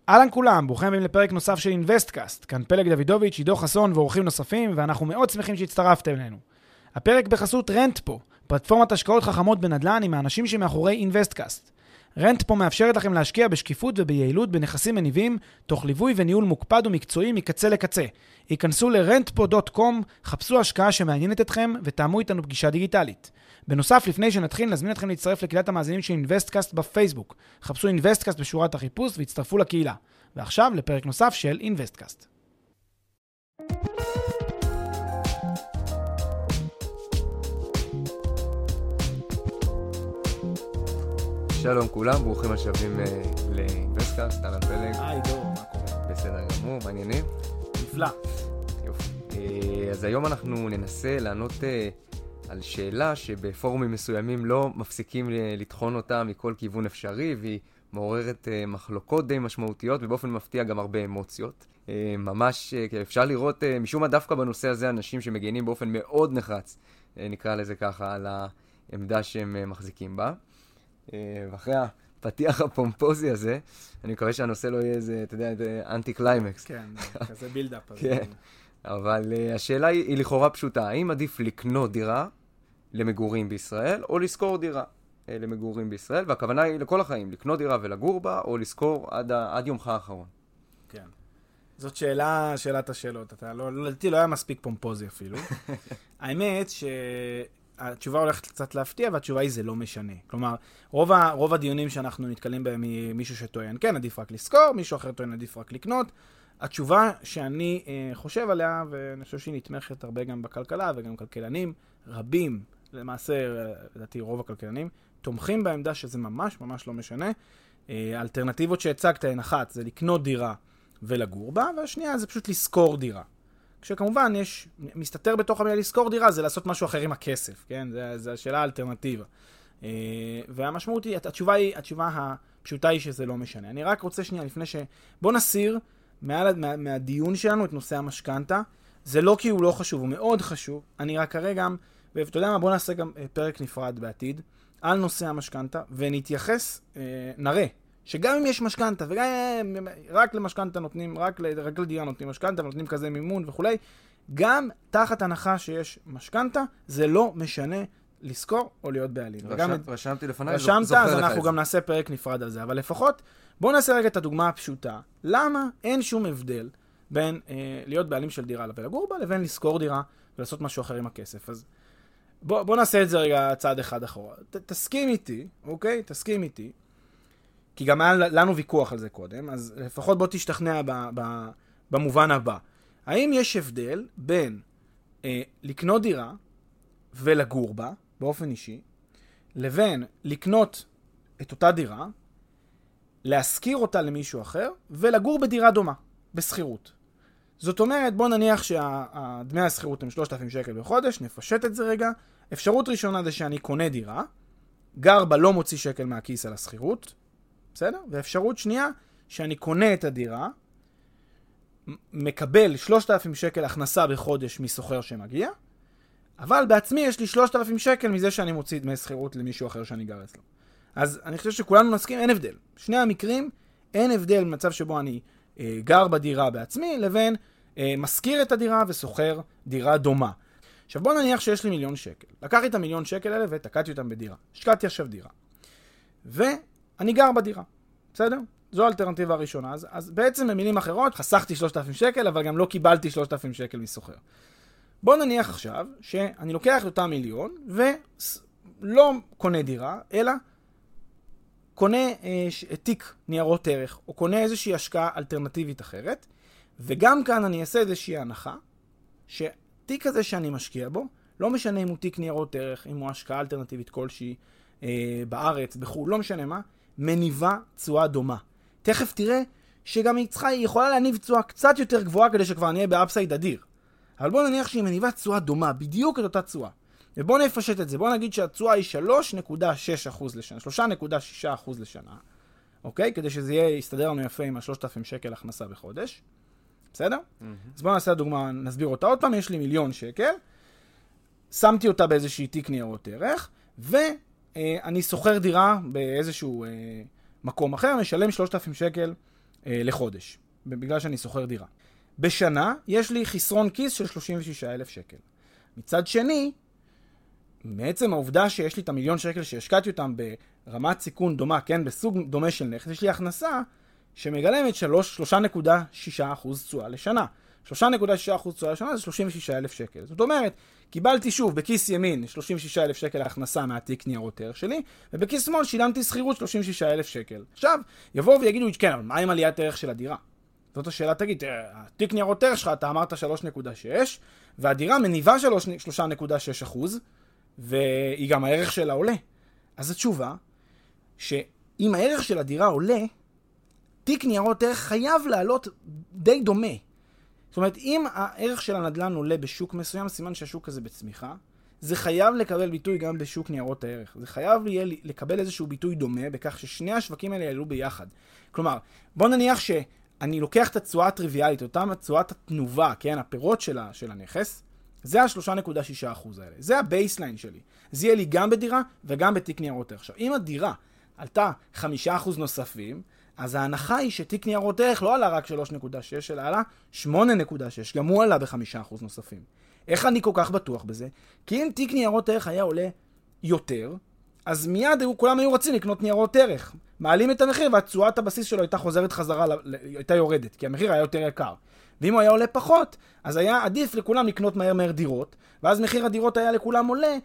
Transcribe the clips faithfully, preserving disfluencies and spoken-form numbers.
אהלן כולם, ברוכים הבאים לפרק נוסף של אינבסטקאסט. כאן פלג דוידוביץ', עידו חסון ואורחים נוספים, ואנחנו מאוד שמחים שהצטרפתם אלינו. הפרק בחסות רנטפו, פלטפורמת השקעות חכמות בנדל"ן עם האנשים שמאחורי אינבסטקאסט. רנטפו מאפשרת לכם להשקיע בשקיפות וביעילות בנכסים מניבים, תוך ליווי וניהול מוקפד ומקצועי מקצה לקצה. היכנסו ל-רנטפו דוט קום, חפשו השקעה שמעניינת אתכם ותאמו איתנו פגישה דיגיטלית. בנוסף, לפני שנתחיל, נזמין אתכם להצטרף לקהילת המאזינים של אינבסטקאסט בפייסבוק. חפשו אינבסטקאסט בשורת החיפוש והצטרפו לקהילה. ועכשיו לפרק נוסף של אינבסטקאסט. שלום כולם, ברוכים השבים לאינבסטקאסט, אהלן פלג. היי דור, מה קורה? בסדר גמור, מעניינים? נפלא. יופי. אז היום אנחנו ננסה לענות על שאלה שבפורומים מסוימים לא מפסיקים לטחון אותה מכל כיוון אפשרי, והיא מעוררת מחלוקות די משמעותיות ובאופן מפתיע גם הרבה אמוציות. ממש אפשר לראות משום מה דווקא בנושא הזה אנשים שמגיינים באופן מאוד נחרץ, נקרא לזה ככה, על העמדה שהם מחזיקים בה. ואחרי הפתיח הפומפוזי הזה, אני מקווה שהנושא לא יהיה איזה, אתה יודע, אנטי קליימקס. כן, כזה בילדאפ. כן, אבל השאלה היא לכאורה פשוטה, האם עדיף לקנות דירה למגורים בישראל, או לשכור דירה למגורים בישראל, והכוונה היא לכל החיים, לקנות דירה ולגור בה, או לשכור עד, עד יומך האחרון. כן. זאת שאלה, שאלת השאלות. אתה לא, לא, לא היה מספיק פומפוזי אפילו. האמת ש... התשובה הולכת קצת להפתיע, והתשובה היא זה לא משנה. כלומר, רוב, ה, רוב הדיונים שאנחנו נתקלים בהם ממישהו שטוען, כן, עדיף רק לשכור, מישהו אחר טוען עדיף רק לקנות. התשובה שאני אה, חושב עליה, ואני חושב שהיא נתמכת הרבה גם בכלכלה, וגם כלכלנים רבים, למעשה, לדעתי רוב הכלכלנים, תומכים בעמדה שזה ממש ממש לא משנה. אה, האלטרנטיבות שהצגת הן אחת, זה לקנות דירה ולגור בה, והשנייה זה פשוט לשכור דירה. כשכמובן יש, מסתתר בתוך המילה לשכור דירה, זה לעשות משהו אחר עם הכסף, כן? זה, זה השאלה האלטרנטיבה. והמשמעות היא, התשובה היא, התשובה הפשוטה היא שזה לא משנה. אני רק רוצה שנייה, לפני ש... בוא נסיר מעל, מה, מהדיון שלנו את נושא המשכנתה. זה לא כי הוא לא חשוב, הוא מאוד חשוב. אני רק אראה גם, ואתה יודע מה, בוא נעשה גם פרק נפרד בעתיד, על נושא המשכנתה, ונתייחס, נראה, שגם אם יש משכנתה, וגם רק למשכנתה נותנים, רק, רק לדירה נותנים משכנתה, ונותנים כזה מימון וכולי, גם תחת הנחה שיש משכנתה, זה לא משנה לשכור או להיות בעלים. רשמת, וגם, רשמתי לפניי, רשמת, אז אנחנו גם נעשה פרק נפרד על זה. אבל לפחות, בואו נעשה רגע את הדוגמה הפשוטה. למה אין שום הבדל בין אה, להיות בעלים של דירה ולגור בה, לבין לשכור דירה ולעשות משהו אחר עם הכסף? אז בואו בוא נעשה את זה רגע צעד אחד אחורה. ת, תסכים איתי, אוקיי? תסכים איתי. כי גם היה לנו ויכוח על זה קודם, אז לפחות בוא תשתכנע ב, ב, במובן הבא. האם יש הבדל בין אה, לקנות דירה ולגור בה, באופן אישי, לבין לקנות את אותה דירה, להשכיר אותה למישהו אחר, ולגור בדירה דומה, בסחירות. זאת אומרת, בוא נניח שהדמי הסחירות הם שלושת אלפים שקל בחודש, נפשט את זה רגע. אפשרות ראשונה זה שאני קונה דירה, גר בה לא מוציא שקל מהכיס על הסחירות, בסדר? ואפשרות שנייה, שאני קונה את הדירה, מקבל שלושת אלפים שקל הכנסה בחודש מסוחר שמגיע, אבל בעצמי יש לי שלושת אלפים שקל מזה שאני מוציא דמי שכירות למישהו אחר שאני גר אצלו. אז אני חושב שכולנו נסכים, אין הבדל. שני המקרים, אין הבדל במצב שבו אני אה, גר בדירה בעצמי, לבין אה, משכיר את הדירה וסוחר דירה דומה. עכשיו בוא נניח שיש לי מיליון שקל. לקחתי את המיליון שקל האלה ותקעתי אותם בדירה. השקעתי עכשיו דירה. ואני גר בדירה. בסדר? זו האלטרנטיבה הראשונה. אז, אז בעצם במילים אחרות, חסכתי שלושת אלפים שקל, אבל גם לא קיבלתי שלושת אלפים שקל מסוחר. בוא נניח עכשיו שאני לוקח את אותה מיליון ולא קונה דירה, אלא קונה אה, ש... תיק ניירות ערך, או קונה איזושהי השקעה אלטרנטיבית אחרת, וגם כאן אני אעשה איזושהי הנחה, שתיק הזה שאני משקיע בו, לא משנה אם הוא תיק ניירות ערך, אם הוא השקעה אלטרנטיבית כלשהי אה, בארץ, בחו"ל, לא משנה מה, מניבה תשואה דומה. תכף תראה שגם היא צריכה, היא יכולה להניב תשואה קצת יותר גבוהה כדי שכבר נהיה באפסייד אדיר. אבל בוא נניח שהיא מניבה תשואה דומה, בדיוק את אותה תשואה. ובוא נפשט את זה. בוא נגיד שהתשואה היא שלוש נקודה שש אחוז לשנה, שלוש נקודה שש אחוז לשנה. אוקיי? כדי שזה יהיה, יסתדר לנו יפה עם ה-שלושת אלפים שקל הכנסה בחודש. בסדר? Mm-hmm. אז בוא נעשה הדוגמה, נסביר אותה עוד פעם. יש לי מיליון שקל, שמתי אותה באיזושהי תיק ניירות ערך, ואני סוחר דירה באיזשהו מקום אחר, משלם שלושת אלפים שקל אה, לחודש, בגלל שאני שוכר דירה. בשנה יש לי חסרון כיס של שלושים ושישה אלף שקל. מצד שני, בעצם העובדה שיש לי את המיליון שקל שהשקעתי אותם ברמת סיכון דומה, כן, בסוג דומה של נכס, יש לי הכנסה שמגלמת שלוש נקודה שישה אחוז תשואה לשנה. שלוש נקודה שישה אחוז תשואה לשנה זה שלושים ושישה אלף שקל. זאת אומרת, קיבלתי שוב בכיס ימין שלושים ושישה אלף שקל הכנסה מהתיק ניירות ערך שלי, ובכיס שמאל שילמתי שכירות שלושים ושישה אלף שקל. עכשיו, יבואו ויגידו, כן, אבל מה עם עליית ערך של הדירה? זאת השאלה, תגיד, התיק ניירות ערך שלך, אתה אמרת שלוש נקודה שש, והדירה מניבה שלוש נקודה שש אחוז, והיא גם הערך שלה עולה. אז התשובה, שאם הערך של הדירה עולה, תיק ניירות ערך חייב לעלות די דומה. זאת אומרת, אם הערך של הנדל"ן עולה בשוק מסוים, סימן שהשוק הזה בצמיחה, זה חייב לקבל ביטוי גם בשוק ניירות הערך. זה חייב יהיה לקבל איזשהו ביטוי דומה, בכך ששני השווקים האלה יעלו ביחד. כלומר, בוא נניח שאני לוקח את התשואה הטריוויאלית, אותם תשואת התנובה, כן, הפירות שלה, של הנכס, זה ה-שלוש נקודה שישה אחוז האלה. זה הבייסליין שלי. זה יהיה לי גם בדירה וגם בתיק ניירות ערך. עכשיו, אם הדירה עלתה חמישה אחוז נוספים, אז ההנחה היא שתיק ניירות ערך לא עלה רק שלוש נקודה שש, אלא עלה שמונה נקודה שש, גם הוא עלה ב-חמישה אחוז נוספים. איך אני כל כך בטוח בזה? כי אם תיק ניירות ערך היה עולה יותר, אז מיד כולם היו רוצים לקנות ניירות ערך. מעלים את המחיר והתשואת הבסיס שלו הייתה חוזרת חזרה, הייתה יורדת, כי המחיר היה יותר יקר. ואם הוא היה עולה פחות, אז היה עדיף לכולם לקנות מהר מהר דירות, ואז מחיר הדירות היה לכולם עולה,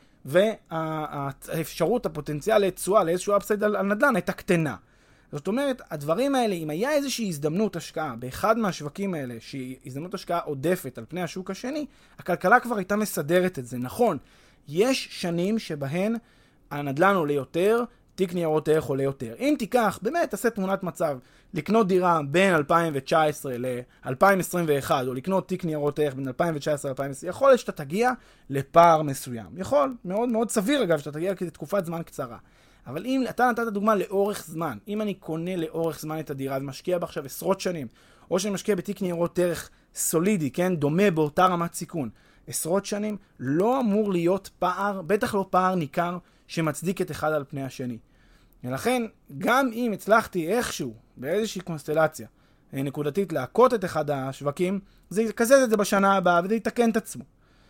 והאפשרות, הפוטנציאל לתשואה, לאיזשהו אפסייד על נדל"ן, הייתה קטנה. זאת אומרת, הדברים האלה, אם היה איזושהי הזדמנות השקעה באחד מהשווקים האלה, שהיא הזדמנות השקעה עודפת על פני השוק השני, הכלכלה כבר הייתה מסדרת את זה. נכון, יש שנים שבהן הנדל"ן עולה יותר, תיק ניירות ערך עולה יותר. אם תיקח, באמת, תעשה תמונת מצב, לקנות דירה בין אלפיים תשע עשרה ל-אלפיים עשרים ואחת, או לקנות תיק ניירות ערך בין אלפיים תשע עשרה ל-אלפיים עשרים, יכול להיות שאתה תגיע לפער מסוים. יכול, מאוד מאוד סביר אגב, שאתה תגיע לתקופת זמן קצרה. אבל אם אתה נתת דוגמה לאורך זמן, אם אני קונה לאורך זמן את הדירה ומשקיע בה עכשיו עשרות שנים, או שאני משקיע בתיק ניירות ערך סולידי, כן, דומה באותה רמת סיכון, עשרות שנים, לא אמור להיות פער, בטח לא פער ניכר, שמצדיק את אחד על פני השני. ולכן, גם אם הצלחתי איכשהו, באיזושהי קונסטלציה נקודתית, להכות את אחד השווקים, זה יקזז את זה בשנה הבאה, וזה יתקן את עצמו.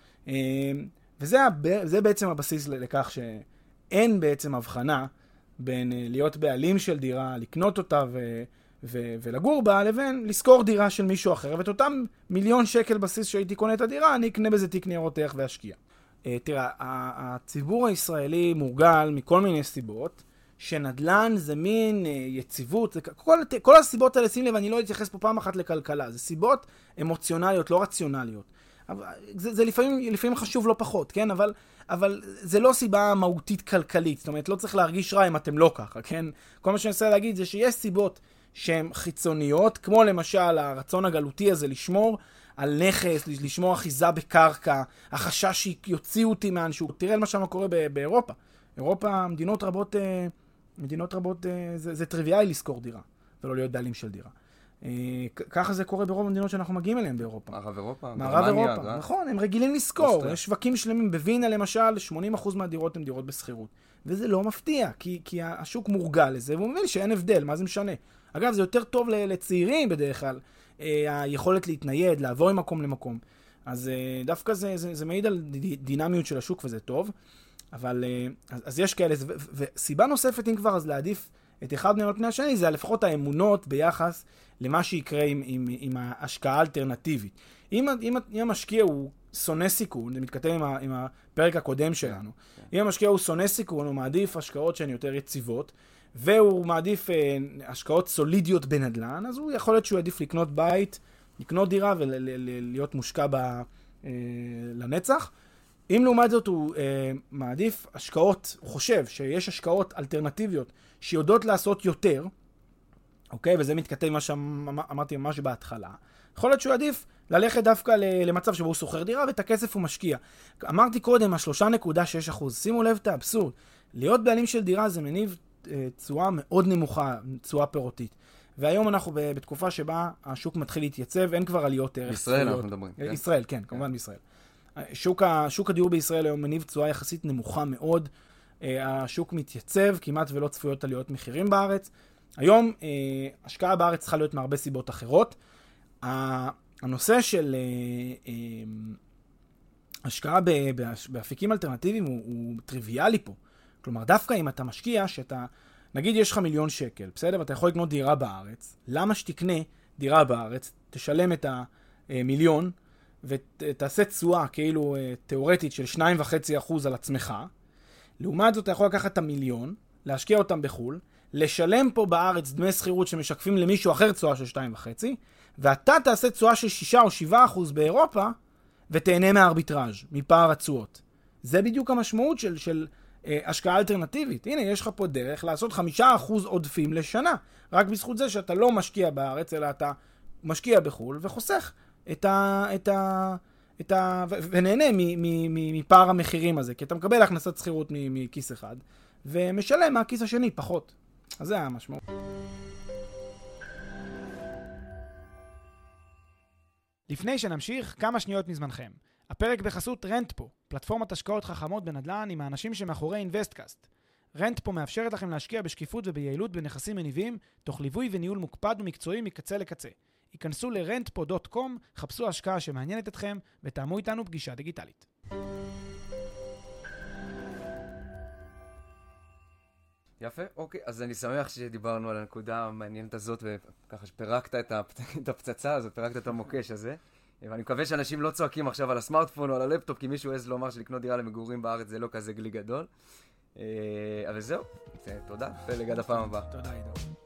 וזה זה בעצם הבסיס לכך שאין בעצם הבחנה בין להיות בעלים של דירה, לקנות אותה ו... ו- ולגור בה, לבין לשכור דירה של מישהו אחר, ואת אותם מיליון שקל בסיס שהייתי קונה את הדירה, אני אקנה בזה תיק ניירות ערך ואשקיע. Uh, תראה, הציבור הישראלי מורגל מכל מיני סיבות, שנדל"ן זה מין uh, יציבות, זה, כל, כל הסיבות האלה, שים לב, אני לא אתייחס פה פעם אחת לכלכלה, זה סיבות אמוציונליות, לא רציונליות. זה, זה לפעמים, לפעמים חשוב לא פחות, כן? אבל, אבל זה לא סיבה מהותית כלכלית, זאת אומרת, לא צריך להרגיש רע אם אתם לא ככה, כן? כל מה שאני רוצה להגיד זה שיש סיבות שהן חיצוניות, כמו למשל הרצון הגלותי הזה לשמור על נכס, לשמור אחיזה בקרקע, החשש שיוציאו אותי מאנשהו. תראה מה שם קורה באירופה. אירופה, מדינות רבות, מדינות רבות, זה, זה טריוויאלי לשכור דירה, ולא להיות בעלים של דירה. ככה זה קורה ברוב המדינות שאנחנו מגיעים אליהן באירופה. מערב אירופה, מערב אירופה, נכון, הם רגילים לשכור. יש שווקים שלמים, בווינה למשל, שמונים אחוז מהדירות הן דירות בסחירות. וזה לא מפתיע, כי, כי השוק מורגל לזה, והוא מבין שאין הבדל, מה זה משנה? אגב, זה יותר טוב לצעירים בדרך כלל, היכולת להתנייד, לעבור ממקום למקום. אז דווקא זה, זה, זה מעיד על דינמיות של השוק, וזה טוב. אבל, אז, אז יש כאלה, ו, וסיבה נוספת, אם כבר, אז להעדיף את אחד מהם על פני השני, זה לפחות האמונות ביחס למה שיקרה עם, עם, עם ההשקעה האלטרנטיבית. אם, אם, אם המשקיע הוא שונא סיכון, זה מתכתב עם, ה, עם הפרק הקודם שלנו, אם המשקיע הוא שונא סיכון, הוא מעדיף השקעות שהן יותר יציבות, והוא מעדיף אה, השקעות סולידיות בנדל"ן, אז הוא יכול להיות שהוא יעדיף לקנות בית, לקנות דירה ולהיות מושקע ב, אה, לנצח. אם לעומת זאת הוא אה, מעדיף השקעות, הוא חושב שיש השקעות אלטרנטיביות שיודעות לעשות יותר, אוקיי? וזה מתכתב מה שאמרתי ממש בהתחלה. יכול להיות שהוא עדיף ללכת דווקא למצב שבו הוא סוחר דירה ואת הכסף הוא משקיע. אמרתי קודם, ה-שלוש נקודה שש אחוז. שימו לב את האבסורד. להיות בעלים של דירה זה מניב תשואה מאוד נמוכה, תשואה פירותית. והיום אנחנו בתקופה שבה השוק מתחיל להתייצב, אין כבר עליות ערך. בישראל אנחנו מדברים. ישראל, כן, כמובן בישראל. שוק, שוק הדיור בישראל היום מניב תשואה יחסית נמוכה מאוד. השוק מתייצב, כמעט ולא צפויות עליות מחירים בארץ. היום אה, השקעה בארץ צריכה להיות מהרבה סיבות אחרות. הנושא של אה, אה, השקעה באפיקים אלטרנטיביים הוא, הוא טריוויאלי פה. כלומר, דווקא אם אתה משקיע, שאתה, נגיד יש לך מיליון שקל, בסדר? ואתה יכול לקנות דירה בארץ, למה שתקנה דירה בארץ, תשלם את המיליון, ותעשה תשואה כאילו תיאורטית של שניים וחצי אחוז על עצמך, לעומת זאת אתה יכול לקחת את המיליון, להשקיע אותם בחול, לשלם פה בארץ דמי שכירות שמשקפים למישהו אחר תשואה של שתיים וחצי, ואתה תעשה תשואה של שישה או שבעה אחוז באירופה, ותהנה מהארביטראז', מפער התשואות. זה בדיוק המשמעות של, של אה, השקעה אלטרנטיבית. הנה, יש לך פה דרך לעשות חמישה אחוז עודפים לשנה, רק בזכות זה שאתה לא משקיע בארץ, אלא אתה משקיע בחול, וחוסך את ה... את ה את ה... ו- ונהנה מ- מ- מ- מפער המחירים הזה, כי אתה מקבל הכנסת שכירות מ- מכיס אחד, ומשלם מהכיס השני פחות. אז זה המשמעות. לפני שנמשיך, כמה שניות מזמנכם. הפרק בחסות רנטפו, פלטפורמת השקעות חכמות בנדל"ן עם האנשים שמאחורי אינבסטקאסט. רנטפו מאפשרת לכם להשקיע בשקיפות וביעילות בנכסים מניבים, תוך ליווי וניהול מוקפד ומקצועי מקצה לקצה. היכנסו ל-רנטפו דוט קום, חפשו השקעה שמעניינת אתכם, ותאמו איתנו פגישה דיגיטלית. יפה, אוקיי, אז אני שמח שדיברנו על הנקודה המעניינת הזאת, וככה שפרקת את, הפ... את הפצצה הזאת, פרקת את המוקש הזה, ואני מקווה שאנשים לא צועקים עכשיו על הסמארטפון או על הלפטופ, כי מישהו עז לומר שלקנות דירה למגורים בארץ זה לא כזה גלי גדול. אבל זהו, תודה, ולגד הפעם הבאה. תודה, עידו.